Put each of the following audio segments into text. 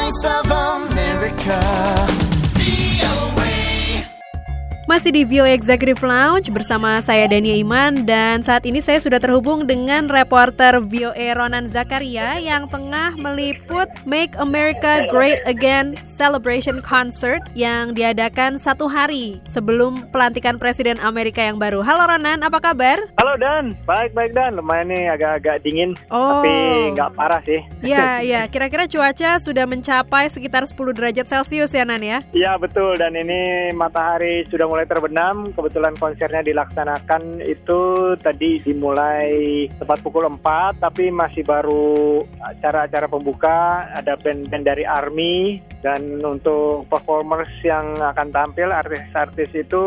Voice of America. Masih di VOA Executive Lounge bersama saya Dania Iman, dan saat ini saya sudah terhubung dengan reporter VOA Ronan Zakaria yang tengah meliput Make America Great Again Celebration Concert yang diadakan satu hari sebelum pelantikan Presiden Amerika yang baru. Halo Ronan, apa kabar? Halo Dan, baik Dan. Lumayan nih agak-agak dingin, tapi nggak parah sih. Iya. Kira-kira cuaca sudah mencapai sekitar 10 derajat Celcius ya Nan ya? Iya betul, dan ini matahari sudah mulai terbenam. Kebetulan konsernya dilaksanakan itu tadi dimulai tepat pukul 4, tapi masih baru acara-acara pembuka. Ada band-band dari Army, dan untuk performers yang akan tampil, artis-artis itu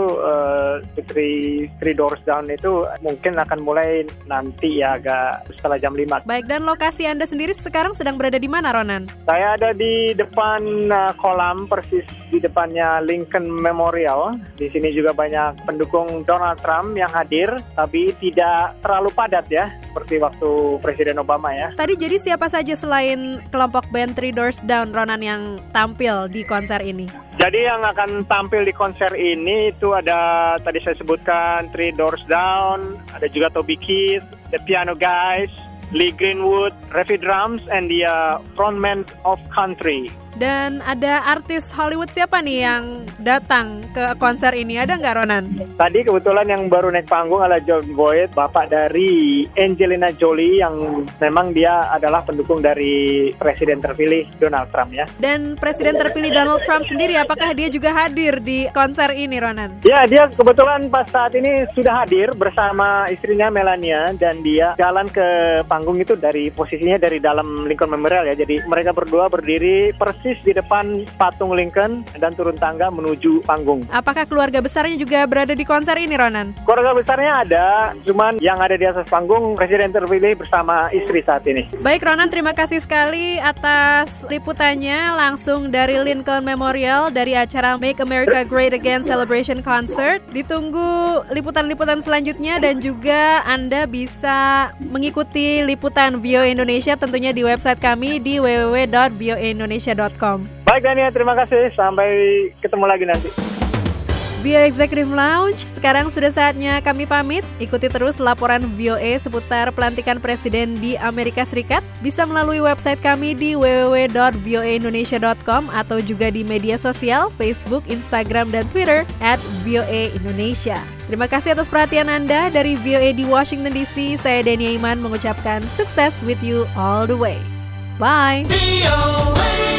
Three Doors Down itu mungkin akan mulai nanti ya, agak setelah jam 5. Baik, dan lokasi Anda sendiri sekarang sedang berada di mana, Ronan? Saya ada di depan kolam, persis di depannya Lincoln Memorial. Di sini juga banyak pendukung Donald Trump yang hadir, tapi tidak terlalu padat ya, seperti waktu Presiden Obama ya. Tadi jadi siapa saja selain kelompok band Three Doors Down, Ronan, yang tampil di konser ini? Jadi yang akan tampil di konser ini itu ada, tadi saya sebutkan, Three Doors Down, ada juga Toby Keith, The Piano Guys, Lee Greenwood, Raffi Drums, and the Frontman of Country. Dan ada artis Hollywood siapa nih yang datang ke konser ini? Ada nggak, Ronan? Tadi kebetulan yang baru naik panggung adalah Jon Voight, bapak dari Angelina Jolie, yang memang dia adalah pendukung dari Presiden terpilih Donald Trump ya. Dan Presiden terpilih Donald Trump sendiri, apakah dia juga hadir di konser ini, Ronan? Ya, dia kebetulan pas saat ini sudah hadir bersama istrinya Melania, dan dia jalan ke panggung itu dari posisinya dari dalam Lincoln Memorial ya. Jadi mereka berdua berdiri persis di depan patung Lincoln dan turun tangga menuju panggung. Apakah keluarga besarnya juga berada di konser ini, Ronan? Keluarga besarnya ada, cuman yang ada di atas panggung Presiden terpilih bersama istri saat ini. Baik Ronan, terima kasih sekali atas liputannya langsung dari Lincoln Memorial dari acara Make America Great Again Celebration Concert. Ditunggu liputan-liputan selanjutnya, dan juga Anda bisa mengikuti liputan VOA Indonesia tentunya di website kami di www.voaindonesia.com. Baik Dania, terima kasih. Sampai ketemu lagi nanti. VOA Executive Lounge, sekarang sudah saatnya kami pamit. Ikuti terus laporan VOA seputar pelantikan Presiden di Amerika Serikat. Bisa melalui website kami di www.voaindonesia.com atau juga di media sosial Facebook, Instagram, dan Twitter @voaindonesia. Terima kasih atas perhatian Anda. Dari VOA di Washington DC, saya Dania Iman mengucapkan sukses with you all the way. Bye! VOA.